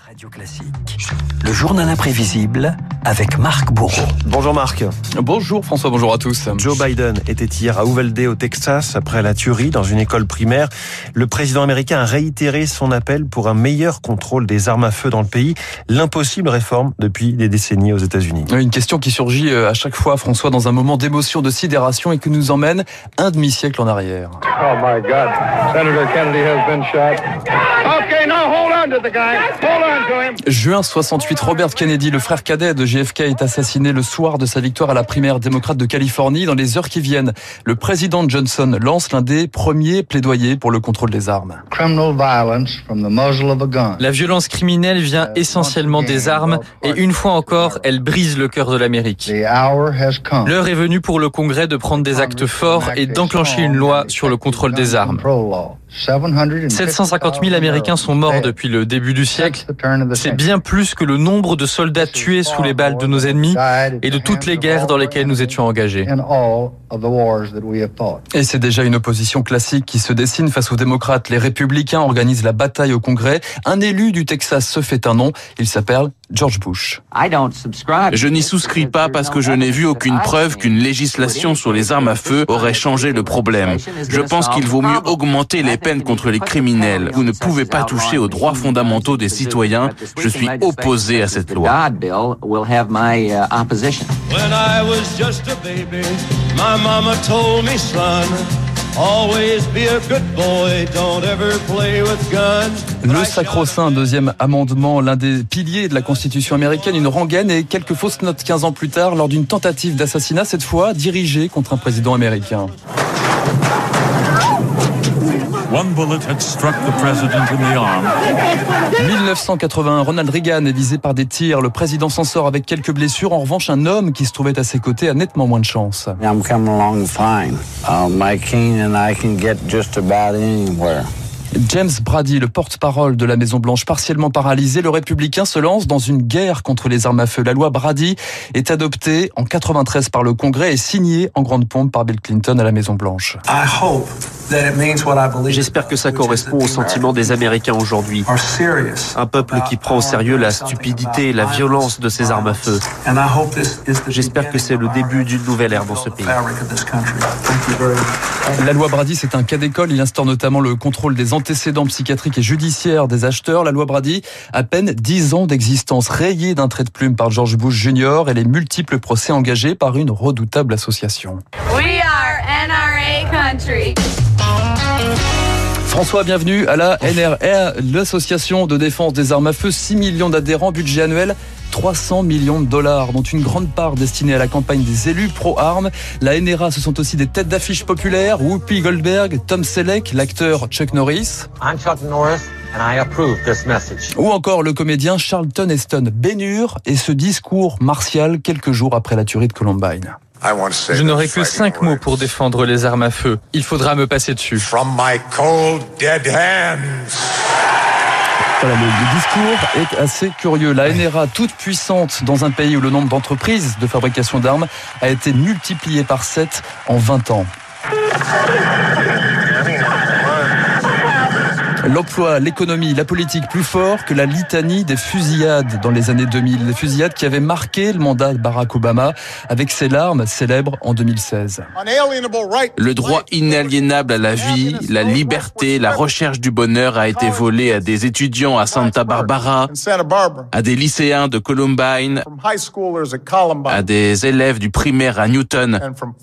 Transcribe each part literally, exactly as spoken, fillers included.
Radio Classique, le journal imprévisible avec Marc Bourreau. Bonjour Marc. Bonjour François, bonjour à tous. Joe Biden était hier à Uvalde au Texas après la tuerie dans une école primaire. Le président américain a réitéré son appel pour un meilleur contrôle des armes à feu dans le pays. L'impossible réforme depuis des décennies aux États-Unis. Une question qui surgit à chaque fois, François, dans un moment d'émotion, de sidération et qui nous emmène un demi-siècle en arrière. Oh my God, Senator Kennedy has been shot. Okay, now hold on to the guy. Hold on. Juin soixante-huit, Robert Kennedy, le frère cadet de J F K, est assassiné le soir de sa victoire à la primaire démocrate de Californie. Dans les heures qui viennent, le président Johnson lance l'un des premiers plaidoyers pour le contrôle des armes. La violence criminelle vient essentiellement des armes et une fois encore, elle brise le cœur de l'Amérique. L'heure est venue pour le Congrès de prendre des actes forts et d'enclencher une loi sur le contrôle des armes. sept cent cinquante mille Américains sont morts depuis le début du siècle. C'est bien plus que le nombre de soldats tués sous les balles de nos ennemis et de toutes les guerres dans lesquelles nous étions engagés. Et c'est déjà une opposition classique qui se dessine face aux démocrates. Les républicains organisent la bataille au Congrès. Un élu du Texas se fait un nom. Il s'appelle George Bush. Je n'y souscris pas parce que je n'ai vu aucune preuve qu'une législation sur les armes à feu aurait changé le problème. Je pense qu'il vaut mieux augmenter les peines contre les criminels. Vous ne pouvez pas toucher aux droits fondamentaux des citoyens. Je suis opposé à cette loi. Le sacro-saint deuxième amendement, l'un des piliers de la Constitution américaine, une rengaine et quelques fausses notes quinze ans plus tard lors d'une tentative d'assassinat, cette fois dirigée contre un président américain. One bullet had struck the president in the arm. dix-neuf cent quatre-vingt-un, Ronald Reagan est visé par des tirs. Le président s'en sort avec quelques blessures. En revanche, un homme qui se trouvait à ses côtés a nettement moins de chance. I'm coming along fine. Uh, my king and I can get just about anywhere. James Brady, le porte-parole de la Maison-Blanche, partiellement paralysé, le républicain se lance dans une guerre contre les armes à feu. La loi Brady est adoptée en quatre-vingt-treize par le Congrès et signée en grande pompe par Bill Clinton à la Maison-Blanche. J'espère que ça correspond au sentiment des Américains aujourd'hui. Un peuple qui prend au sérieux la stupidité et la violence de ces armes à feu. J'espère que c'est le début d'une nouvelle ère dans ce pays. La loi Brady, c'est un cas d'école. Il instaure notamment le contrôle des antécédents psychiatriques et judiciaires des acheteurs. La loi Brady, à peine dix ans d'existence, rayée d'un trait de plume par George Bush junior et les multiples procès engagés par une redoutable association. We are N R A country. François, bienvenue à la N R A, l'association de défense des armes à feu. six millions d'adhérents, budget annuel trois cents millions de dollars, dont une grande part destinée à la campagne des élus pro-armes. La N R A, ce sont aussi des têtes d'affiche populaires, Whoopi Goldberg, Tom Selleck, l'acteur Chuck Norris. I'm Chuck Norris. And I approve this message. Ou encore le comédien Charlton Heston. Bénure et ce discours martial quelques jours après la tuerie de Columbine. Je n'aurai que cinq mots pour défendre les armes à feu. Il faudra me passer dessus. From my cold, dead hands. Voilà, le, le discours est assez curieux. La N R A, toute puissante dans un pays où le nombre d'entreprises de fabrication d'armes a été multiplié par sept en vingt ans. L'emploi, l'économie, la politique plus fort que la litanie des fusillades dans les années deux mille. Des fusillades qui avaient marqué le mandat de Barack Obama avec ses larmes célèbres en deux mille seize. Le droit inaliénable à la vie, la liberté, la recherche du bonheur a été volé à des étudiants à Santa Barbara, à des lycéens de Columbine, à des élèves du primaire à Newton,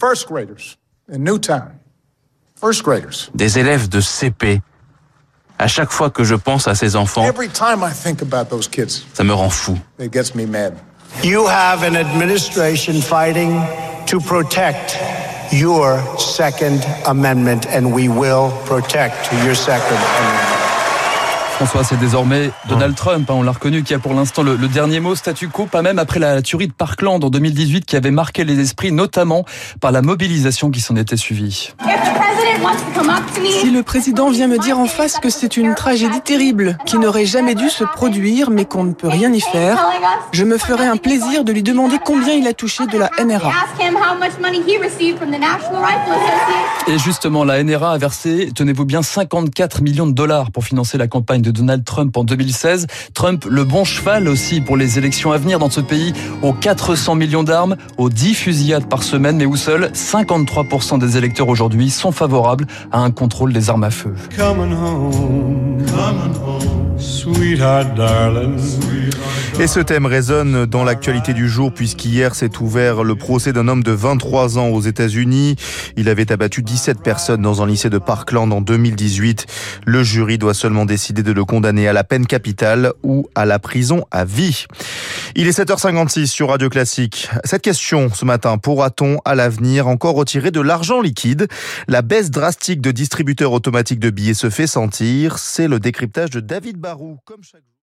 des élèves de C P. À chaque fois que je pense à ces enfants, ça me rend fou. You have an administration fighting to protect your Second Amendment, and we will protect your Second Amendment. François, c'est désormais Donald Trump, hein, on l'a reconnu, qui a pour l'instant le, le dernier mot, statu quo, pas même après la tuerie de Parkland en deux mille dix-huit qui avait marqué les esprits, notamment par la mobilisation qui s'en était suivie. Si le président vient me dire en face que c'est une tragédie terrible, qui n'aurait jamais dû se produire, mais qu'on ne peut rien y faire, je me ferai un plaisir de lui demander combien il a touché de la N R A. Et justement, la N R A a versé, tenez-vous bien, cinquante-quatre millions de dollars pour financer la campagne de Donald Trump en deux mille seize. Trump, le bon cheval aussi pour les élections à venir dans ce pays, aux quatre cents millions d'armes, aux dix fusillades par semaine, mais où seuls cinquante-trois pour cent des électeurs aujourd'hui sont favorables à un contrôle des armes à feu. Coming home, coming home, sweetheart darling. Et ce thème résonne dans l'actualité du jour puisqu'hier s'est ouvert le procès d'un homme de vingt-trois ans aux États-Unis. Il avait abattu dix-sept personnes dans un lycée de Parkland en deux mille dix-huit. Le jury doit seulement décider de le condamner à la peine capitale ou à la prison à vie. Il est sept heures cinquante-six sur Radio Classique. Cette question ce matin, pourra-t-on à l'avenir encore retirer de l'argent liquide ? La baisse drastique de distributeurs automatiques de billets se fait sentir. C'est le décryptage de David Barou. Comme chaque